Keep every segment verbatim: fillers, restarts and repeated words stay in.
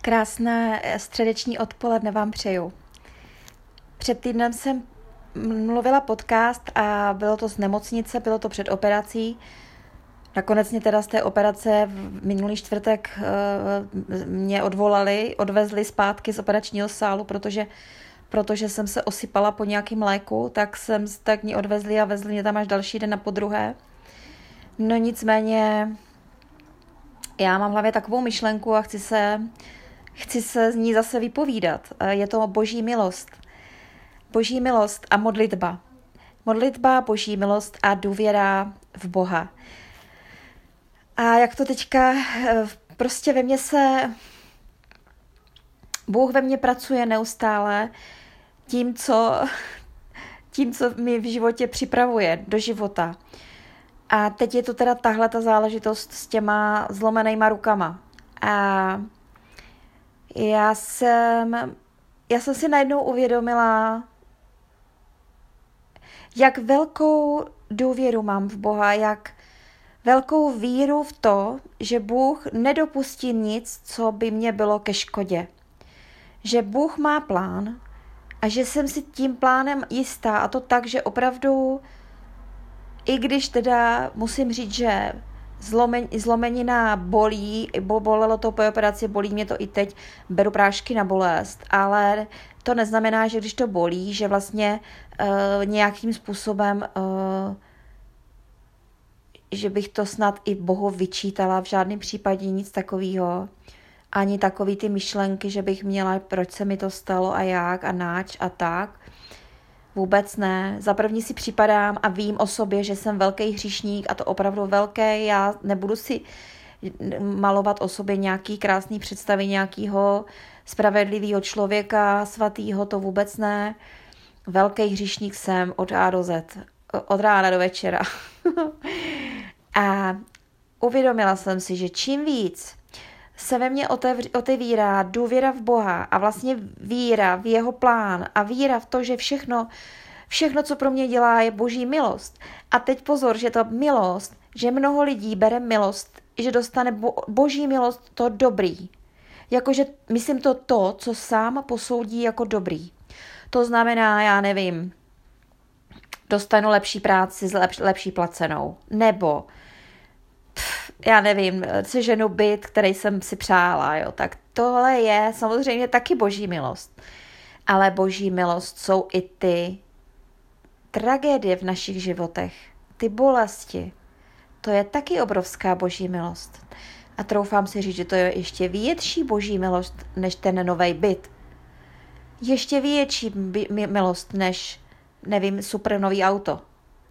Krásné středeční odpoledne vám přeju. Před týdnem jsem mluvila podcast a bylo to z nemocnice, bylo to před operací. Nakonec mě teda z té operace v minulý čtvrtek mě odvolali, odvezli zpátky z operačního sálu, protože, protože jsem se osypala po nějakým léku, tak, jsem, tak mě odvezli a vezli mě tam až další den na podruhé. No nicméně já mám v hlavě takovou myšlenku a chci se, chci se z ní zase vypovídat. Je to boží milost. Boží milost a modlitba. Modlitba, boží milost a důvěra v Boha. A jak to teďka prostě ve mně se, Bůh ve mně pracuje neustále tím, co, tím, co mi v životě připravuje do života. A teď je to teda tahle ta záležitost s těma zlomenýma rukama. A já jsem, já jsem si najednou uvědomila, jak velkou důvěru mám v Boha, jak velkou víru v to, že Bůh nedopustí nic, co by mě bylo ke škodě. Že Bůh má plán a že jsem si tím plánem jistá. A to tak, že opravdu, i když teda musím říct, že zlomen, zlomenina bolí, bo bolelo to po operaci, bolí mě to i teď, beru prášky na bolest, ale to neznamená, že když to bolí, že vlastně uh, nějakým způsobem uh, že bych to snad i Bohu vyčítala, v žádném případě nic takového. Ani takový ty myšlenky, že bych měla, proč se mi to stalo a jak a náč a tak. Vůbec ne. Za první si připadám a vím o sobě, že jsem velký hříšník a to opravdu velký. Já nebudu si malovat o sobě nějaký krásný představy nějakého spravedlivého člověka, svatýho, to vůbec ne. Velký hříšník jsem od A do Z. Od rána do večera. A uvědomila jsem si, že čím víc se ve mně otevírá důvěra v Boha a vlastně víra v jeho plán a víra v to, že všechno, všechno, co pro mě dělá, je boží milost. A teď pozor, že to milost, že mnoho lidí bere milost, že dostane bo, boží milost to dobrý. Jakože myslím to to, co sám posoudí jako dobrý. To znamená, já nevím, dostanu lepší práci s lepší, lepší placenou. Nebo, pff, já nevím, seženu byt, který jsem si přála. Jo. Tak tohle je samozřejmě taky boží milost. Ale boží milost jsou i ty tragédie v našich životech. Ty bolesti. To je taky obrovská boží milost. A troufám si říct, že to je ještě větší boží milost, než ten nový byt. Ještě větší by- milost, než nevím, super nový auto.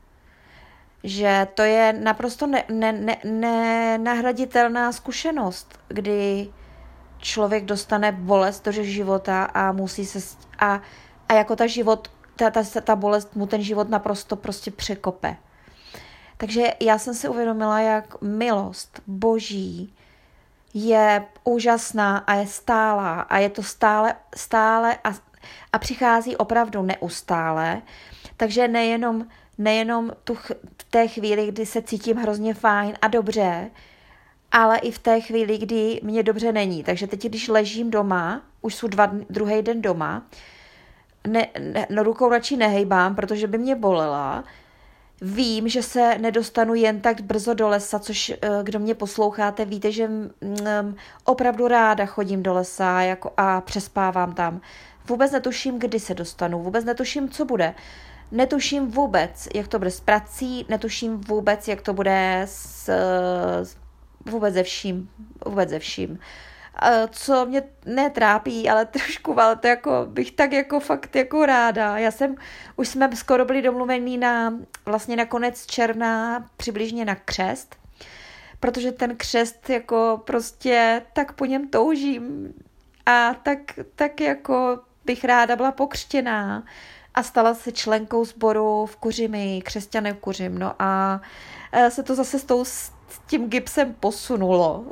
Že to je naprosto ne, ne, ne, nenahraditelná zkušenost, kdy člověk dostane bolest do života a musí se a, a jako ta život, ta, ta, ta bolest mu ten život naprosto prostě překope. Takže já jsem si uvědomila, jak milost boží je úžasná a je stálá a je to stále, stále a A přichází opravdu neustále, takže nejenom, nejenom tu ch- v té chvíli, kdy se cítím hrozně fajn a dobře, ale i v té chvíli, kdy mě dobře není. Takže teď, když ležím doma, už jsou dva, druhý den doma, ne, ne, no rukou radši nehejbám, protože by mě bolela. Vím, že se nedostanu jen tak brzo do lesa, což kdo mě posloucháte, víte, že mm, opravdu ráda chodím do lesa jako, a přespávám tam. Vůbec netuším, kdy se dostanu, vůbec netuším, co bude. Netuším vůbec, jak to bude s prací, netuším vůbec, jak to bude s, vůbec ze vším, vůbec ze vším. Co mě netrápí, ale trošku, ale to jako, bych tak jako fakt jako ráda. Já jsem, už jsme skoro byli domluvení na, vlastně na konec června, přibližně na křest, protože ten křest jako prostě tak po něm toužím a tak, tak jako bych ráda byla pokřtěná a stala se členkou sboru v Kuřimi, křesťané v Kuřim, no a se to zase s, tou, s tím gipsem posunulo.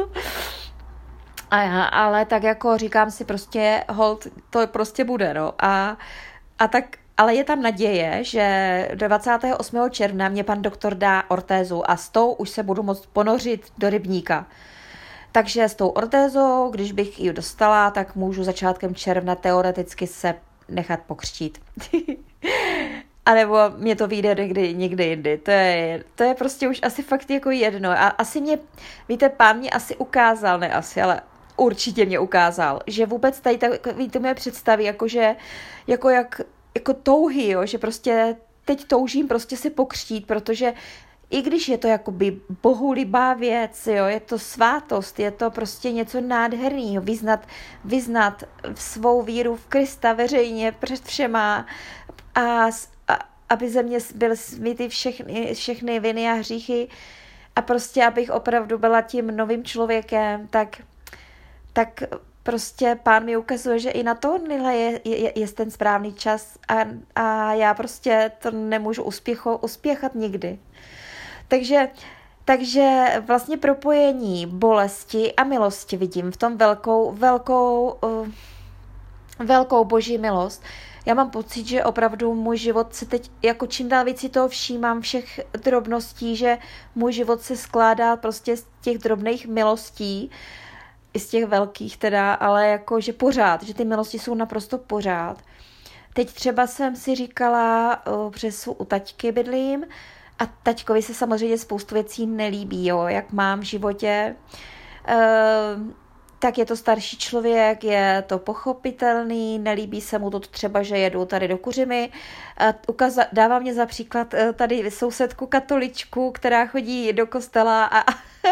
A já, ale tak jako říkám si prostě, hold, to prostě bude, no. A, a tak, ale je tam naděje, že dvacátého osmého června mě pan doktor dá ortézu a s tou už se budu moct ponořit do rybníka. Takže s tou ortézou, když bych ji dostala, tak můžu začátkem června teoreticky se nechat pokřtít. A nebo mě to vyjde někdy, někdy jindy. To je, to je prostě už asi fakt jako jedno. A asi mě, víte, pán mě asi ukázal, ne asi, ale určitě mě ukázal, že vůbec tady takový to mě představí, jakože, jako jak, jako touhy, jo, že prostě teď toužím prostě si pokřtít, protože i když je to jakoby bohulibá věc, jo, je to svátost, je to prostě něco nádherného, vyznat, vyznat svou víru v Krista veřejně před všema a, a aby ze mě byly smyty všechny, všechny viny a hříchy a prostě abych opravdu byla tím novým člověkem, tak, tak prostě pán mi ukazuje, že i na to je, je, je ten správný čas a, a já prostě to nemůžu uspěcho, uspěchat nikdy. Takže, takže vlastně propojení bolesti a milosti vidím v tom velkou, velkou, uh, velkou boží milost. Já mám pocit, že opravdu můj život se teď, jako čím dál víc si toho všímám všech drobností, že můj život se skládá prostě z těch drobných milostí, i z těch velkých teda, ale jako, že pořád, že ty milosti jsou naprosto pořád. Teď třeba jsem si říkala, uh, přes u taťky bydlím, a taťkovi se samozřejmě spoustu věcí nelíbí, jo, jak mám v životě. E, tak je to starší člověk, je to pochopitelný, nelíbí se mu to třeba, že jedu tady do Kuřimy. E, ukaza, dává mě za příklad tady sousedku katoličku, která chodí do kostela a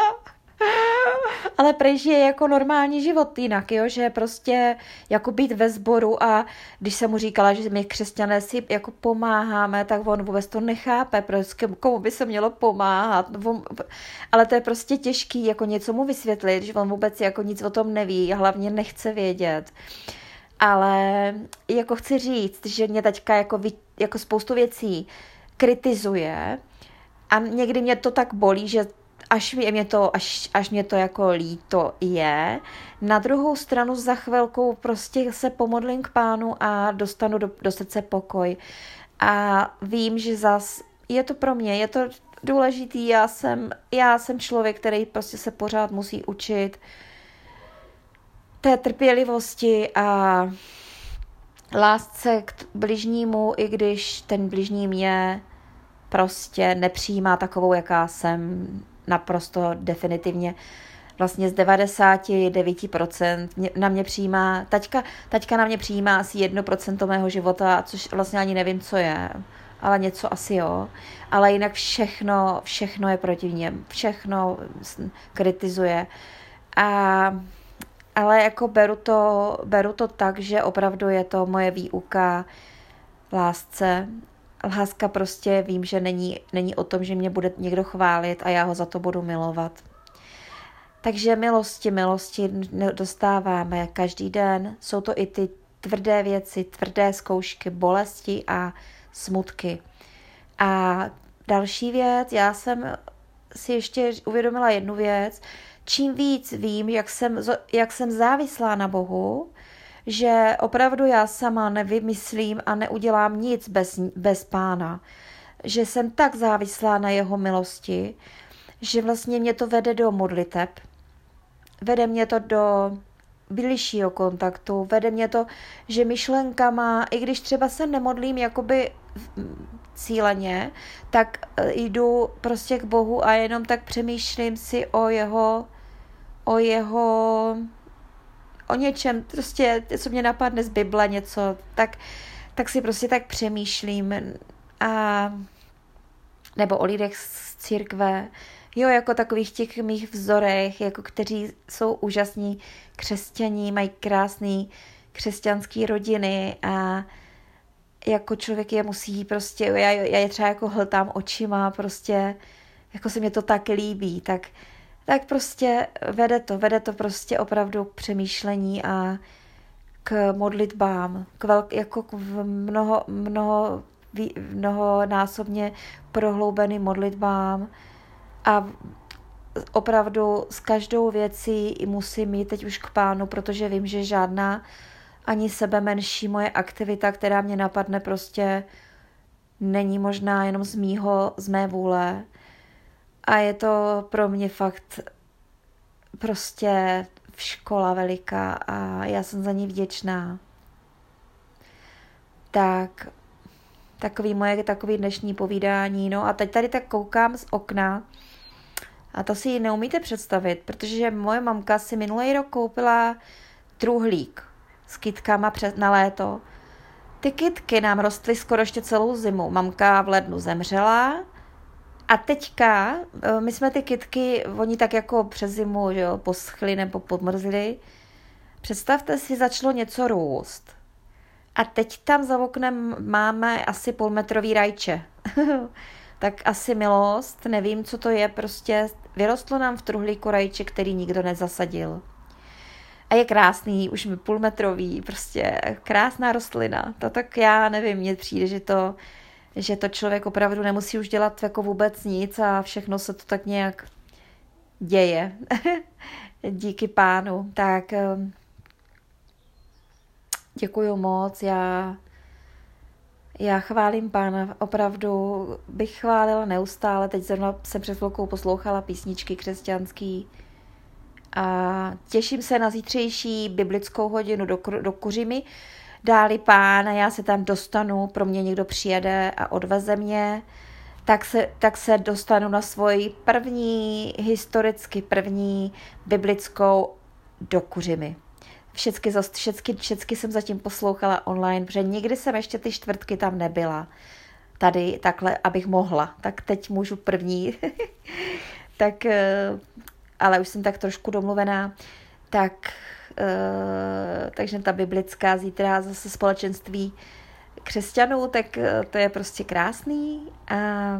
ale prej je jako normální život jinak, jo? Že prostě jako být ve sboru a když jsem mu říkala, že my křesťané si jako pomáháme, tak on vůbec to nechápe, prostě komu by se mělo pomáhat, ale to je prostě těžký jako něco mu vysvětlit, že on vůbec jako nic o tom neví a hlavně nechce vědět. Ale jako chci říct, že mě taťka jako, jako spoustu věcí kritizuje a někdy mě to tak bolí, že Až mě, to, až, až mě to jako líto je. Na druhou stranu za chvilku prostě se pomodlím k pánu a dostanu do, do srdce pokoj. A vím, že zas je to pro mě, je to důležitý. Já jsem, já jsem člověk, který prostě se pořád musí učit té trpělivosti a lásce k bližnímu, i když ten bližní mě prostě nepřijímá takovou, jaká jsem. Naprosto definitivně vlastně z devadesát devět procent na mě přijímá, taťka, taťka na mě přijímá asi jedno procento mého života, což vlastně ani nevím, co je, ale něco asi jo, ale jinak všechno, všechno je proti něm, všechno kritizuje a ale jako beru to, beru to tak, že opravdu je to moje výuka lásce. Láska prostě vím, že není, není o tom, že mě bude někdo chválit a já ho za to budu milovat. Takže milosti, milosti dostáváme každý den. Jsou to i ty tvrdé věci, tvrdé zkoušky, bolesti a smutky. A další věc, já jsem si ještě uvědomila jednu věc. Čím víc vím, jak jsem, jak jsem závislá na Bohu, že opravdu já sama nevymyslím a neudělám nic bez, bez pána. Že jsem tak závislá na jeho milosti, že vlastně mě to vede do modliteb, vede mě to do bližšího kontaktu, vede mě to, že myšlenkama, i když třeba se nemodlím jakoby cíleně, tak jdu prostě k Bohu a jenom tak přemýšlím si o jeho, o jeho o něčem, prostě, co mě napadne z Bible, něco, tak, tak si prostě tak přemýšlím a nebo o lidech z církve, jo, jako takových těch mých vzorech, jako kteří jsou úžasní křesťaní, mají krásný křesťanský rodiny a jako člověk je musí prostě, já, já je třeba jako hltám očima, prostě, jako se mě to tak líbí, tak tak prostě vede to, vede to prostě opravdu k přemýšlení a k modlitbám, k velk, jako k mnoho, mnoho, mnohonásobně prohloubeným modlitbám a opravdu s každou věcí musím jít teď už k pánu, protože vím, že žádná ani sebe menší moje aktivita, která mě napadne, prostě není možná jenom z mýho, z mé vůle. A je to pro mě fakt prostě škola veliká a já jsem za ní vděčná. Tak takový moje takový dnešní povídání. No a teď tady tak koukám z okna a to si neumíte představit, protože moje mamka si minulý rok koupila truhlík s kytkama na léto. Ty kytky nám rostly skoro ještě celou zimu. Mamka v lednu zemřela a teďka my jsme ty kytky, oni tak jako přes zimu, že jo, poschly nebo podmrzly. Představte si, začalo něco růst. A teď tam za oknem máme asi půlmetrový rajče. Tak asi milost, nevím, co to je, prostě vyrostlo nám v truhlíku rajče, který nikdo nezasadil. A je krásný, už mi půlmetrový, prostě krásná rostlina. To tak já nevím, mně přijde, že to, že to člověk opravdu nemusí už dělat jako vůbec nic a všechno se to tak nějak děje. Díky pánu. Tak děkuju moc, já, já chválím pána, opravdu bych chválila neustále, teď zrovna jsem před chvilkou poslouchala písničky křesťanský a těším se na zítřejší biblickou hodinu do, do Kuřimy, dáli pán a já se tam dostanu, pro mě někdo přijede a odveze mě, tak se, tak se dostanu na svoji první, historicky první biblickou do Kuřimy. Všecky, všecky, všecky jsem zatím poslouchala online, protože nikdy jsem ještě ty čtvrtky tam nebyla. Tady takhle, abych mohla. Tak teď můžu první. tak, ale už jsem tak trošku domluvená. Tak, takže ta biblická zítra zase společenství křesťanů, tak to je prostě krásný. A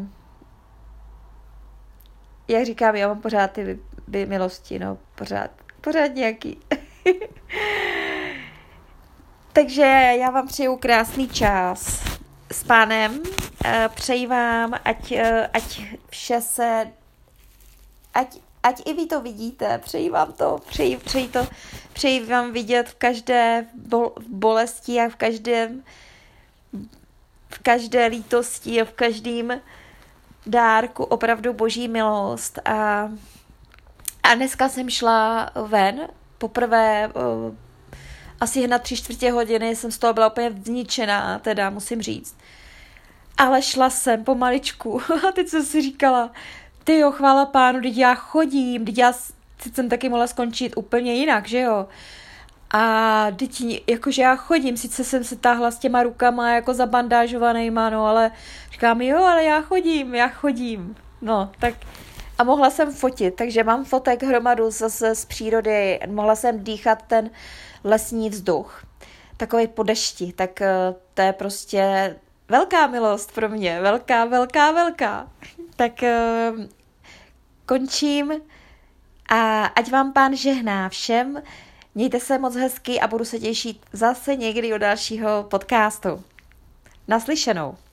jak říkám, já mám pořád ty by milosti, no pořád, pořád nějaký. Takže já vám přeju krásný čas s pánem. Přeji vám, ať, ať vše se, ať, ať i vy to vidíte. Přeji vám to, přeji, přeji to, přeji vám vidět v každé bol, bolesti a v každém, v každé lítosti a v každém dárku opravdu boží milost. A, a dneska jsem šla ven. Poprvé uh, asi na tři čtvrtě hodiny jsem z toho byla úplně zničená, teda musím říct. Ale šla jsem pomaličku a teď jsem si říkala, tyjo, chvála pánu, teď já chodím, teď já teď jsem taky mohla skončit úplně jinak, že jo. A teď jakože já chodím, sice jsem se táhla s těma rukama jako zabandážovanýma, no ale říkám, jo, ale já chodím, já chodím. No, tak a mohla jsem fotit, takže mám fotek hromadu zase z přírody, mohla jsem dýchat ten lesní vzduch, takový po dešti, tak to je prostě velká milost pro mě, velká, velká, velká. Tak končím a ať vám pán žehná všem, mějte se moc hezky a budu se těšit zase někdy u dalšího podcastu. Naslyšenou.